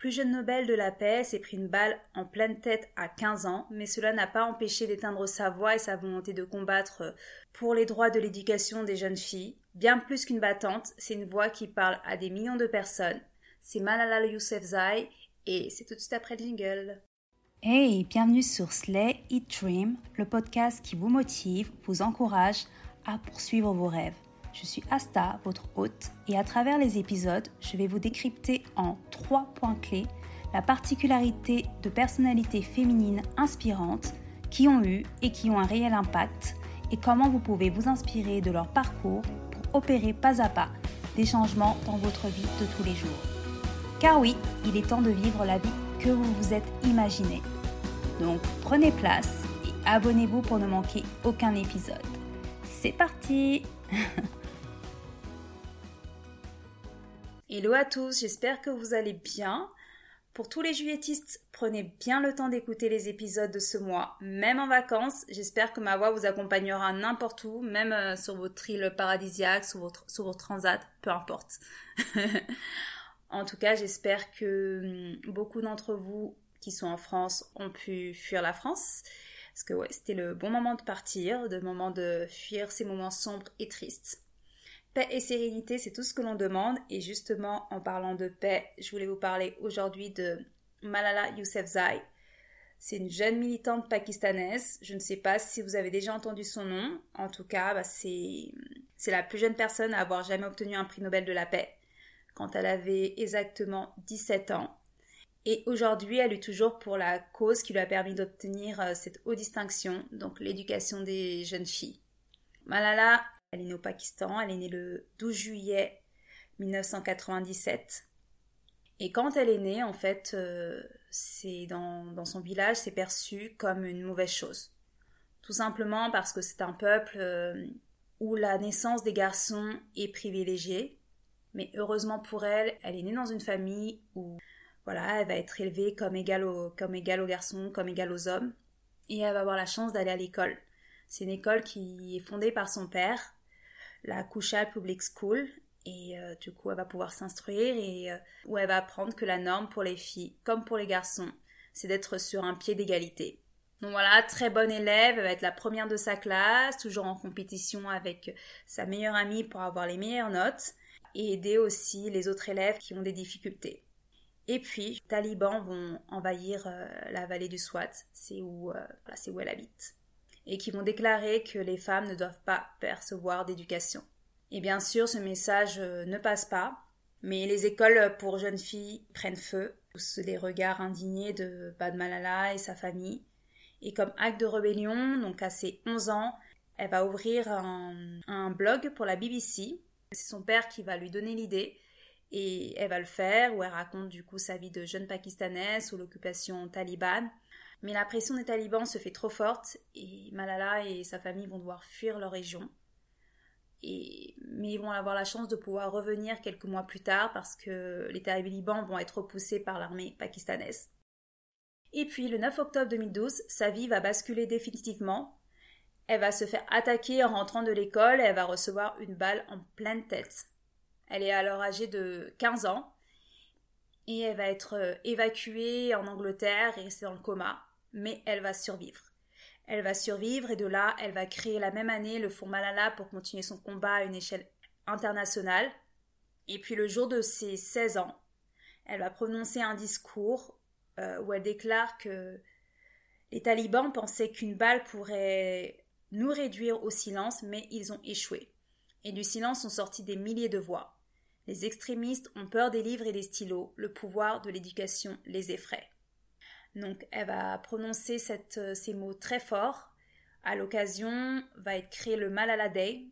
plus jeune Nobel de la paix s'est pris une balle en pleine tête à 15 ans, mais cela n'a pas empêché d'éteindre sa voix et sa volonté de combattre pour les droits de l'éducation des jeunes filles. Bien plus qu'une battante, c'est une voix qui parle à des millions de personnes. C'est Malala Yousafzai et c'est tout de suite après le jingle. Hey, bienvenue sur Slay It Dream, le podcast qui vous motive, vous encourage à poursuivre vos rêves. Je suis Asta, votre hôte, et à travers les épisodes, je vais vous décrypter en 3 points clés la particularité de personnalités féminines inspirantes qui ont eu et qui ont un réel impact et comment vous pouvez vous inspirer de leur parcours pour opérer pas à pas des changements dans votre vie de tous les jours. Car oui, il est temps de vivre la vie que vous vous êtes imaginé. Donc prenez place et abonnez-vous pour ne manquer aucun épisode. C'est parti! Hello à tous, j'espère que vous allez bien. Pour tous les juilletistes, prenez bien le temps d'écouter les épisodes de ce mois, même en vacances. J'espère que ma voix vous accompagnera n'importe où, même sur votre île paradisiaque, sur votre transat, peu importe. En tout cas, j'espère que beaucoup d'entre vous qui sont en France ont pu fuir la France. Parce que ouais, c'était le bon moment de partir, le moment de fuir ces moments sombres et tristes. Paix et sérénité, c'est tout ce que l'on demande. Et justement, en parlant de paix, je voulais vous parler aujourd'hui de Malala Yousafzai. C'est une jeune militante pakistanaise. Je ne sais pas si vous avez déjà entendu son nom. En tout cas, c'est la plus jeune personne à avoir jamais obtenu un prix Nobel de la paix, quand elle avait exactement 17 ans. Et aujourd'hui, elle lutte toujours pour la cause qui lui a permis d'obtenir cette haute distinction, donc l'éducation des jeunes filles. Malala, elle est née au Pakistan, elle est née le 12 juillet 1997. Et quand elle est née, en fait, c'est dans son village, c'est perçu comme une mauvaise chose. Tout simplement parce que c'est un peuple où la naissance des garçons est privilégiée. Mais heureusement pour elle, elle est née dans une famille où voilà, elle va être élevée comme égale aux garçons, comme égale aux hommes. Et elle va avoir la chance d'aller à l'école. C'est une école qui est fondée par son père, la Kushal Public School, et du coup elle va pouvoir s'instruire et où elle va apprendre que la norme pour les filles comme pour les garçons, c'est d'être sur un pied d'égalité. Donc voilà, très bonne élève, elle va être la première de sa classe, toujours en compétition avec sa meilleure amie pour avoir les meilleures notes, et aider aussi les autres élèves qui ont des difficultés. Et puis, les talibans vont envahir la vallée du Swat, c'est où elle habite, et qui vont déclarer que les femmes ne doivent pas percevoir d'éducation. Et bien sûr, ce message ne passe pas, mais les écoles pour jeunes filles prennent feu, sous les regards indignés de Malala et sa famille. Et comme acte de rébellion, donc à ses 11 ans, elle va ouvrir un blog pour la BBC. C'est son père qui va lui donner l'idée, et elle va le faire, où elle raconte du coup sa vie de jeune pakistanaise sous l'occupation talibane. Mais la pression des talibans se fait trop forte et Malala et sa famille vont devoir fuir leur région. Mais ils vont avoir la chance de pouvoir revenir quelques mois plus tard parce que les talibans vont être repoussés par l'armée pakistanaise. Et puis le 9 octobre 2012, sa vie va basculer définitivement. Elle va se faire attaquer en rentrant de l'école et elle va recevoir une balle en pleine tête. Elle est alors âgée de 15 ans et elle va être évacuée en Angleterre et rester dans le coma, mais elle va survivre. Elle va survivre et de là, elle va créer la même année le Fonds Malala pour continuer son combat à une échelle internationale. Et puis le jour de ses 16 ans, elle va prononcer un discours où elle déclare que les talibans pensaient qu'une balle pourrait nous réduire au silence, mais ils ont échoué. Et du silence sont sorties des milliers de voix. Les extrémistes ont peur des livres et des stylos, le pouvoir de l'éducation les effraie. Donc elle va prononcer ces mots très forts. À l'occasion, va être créé le Malala Day,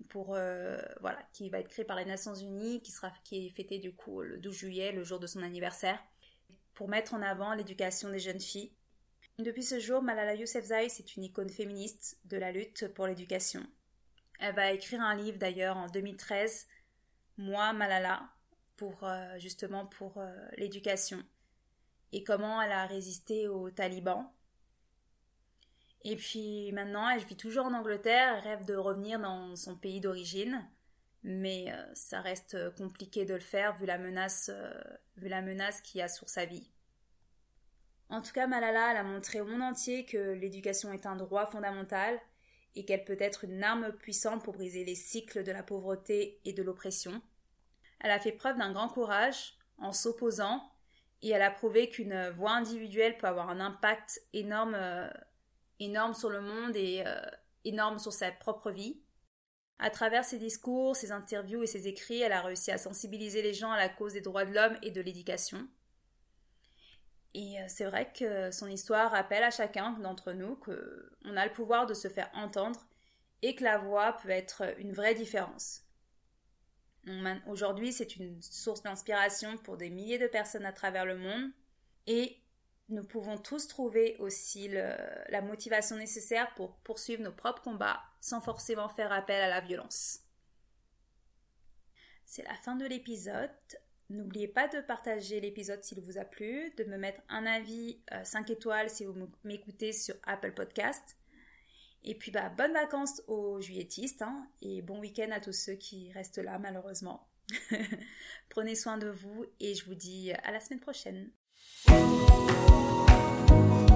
qui va être créé par les Nations Unies, qui est fêté du coup le 12 juillet, le jour de son anniversaire, pour mettre en avant l'éducation des jeunes filles. Depuis ce jour, Malala Yousafzai, c'est une icône féministe de la lutte pour l'éducation. Elle va écrire un livre d'ailleurs en 2013, Moi, Malala, pour l'éducation et comment elle a résisté aux talibans. Et puis maintenant, elle vit toujours en Angleterre, elle rêve de revenir dans son pays d'origine, mais ça reste compliqué de le faire vu la menace qu'il y a sur sa vie. En tout cas, Malala elle a montré au monde entier que l'éducation est un droit fondamental et qu'elle peut être une arme puissante pour briser les cycles de la pauvreté et de l'oppression. Elle a fait preuve d'un grand courage en s'opposant et elle a prouvé qu'une voix individuelle peut avoir un impact énorme sur le monde et énorme sur sa propre vie. À travers ses discours, ses interviews et ses écrits, elle a réussi à sensibiliser les gens à la cause des droits de l'homme et de l'éducation. Et c'est vrai que son histoire rappelle à chacun d'entre nous qu'on a le pouvoir de se faire entendre et que la voix peut être une vraie différence. Aujourd'hui, c'est une source d'inspiration pour des milliers de personnes à travers le monde et nous pouvons tous trouver aussi la motivation nécessaire pour poursuivre nos propres combats sans forcément faire appel à la violence. C'est la fin de l'épisode. N'oubliez pas de partager l'épisode s'il vous a plu, de me mettre un avis 5 étoiles si vous m'écoutez sur Apple Podcast. Et puis bonnes vacances aux juilletistes et bon week-end à tous ceux qui restent là malheureusement. Prenez soin de vous et je vous dis à la semaine prochaine.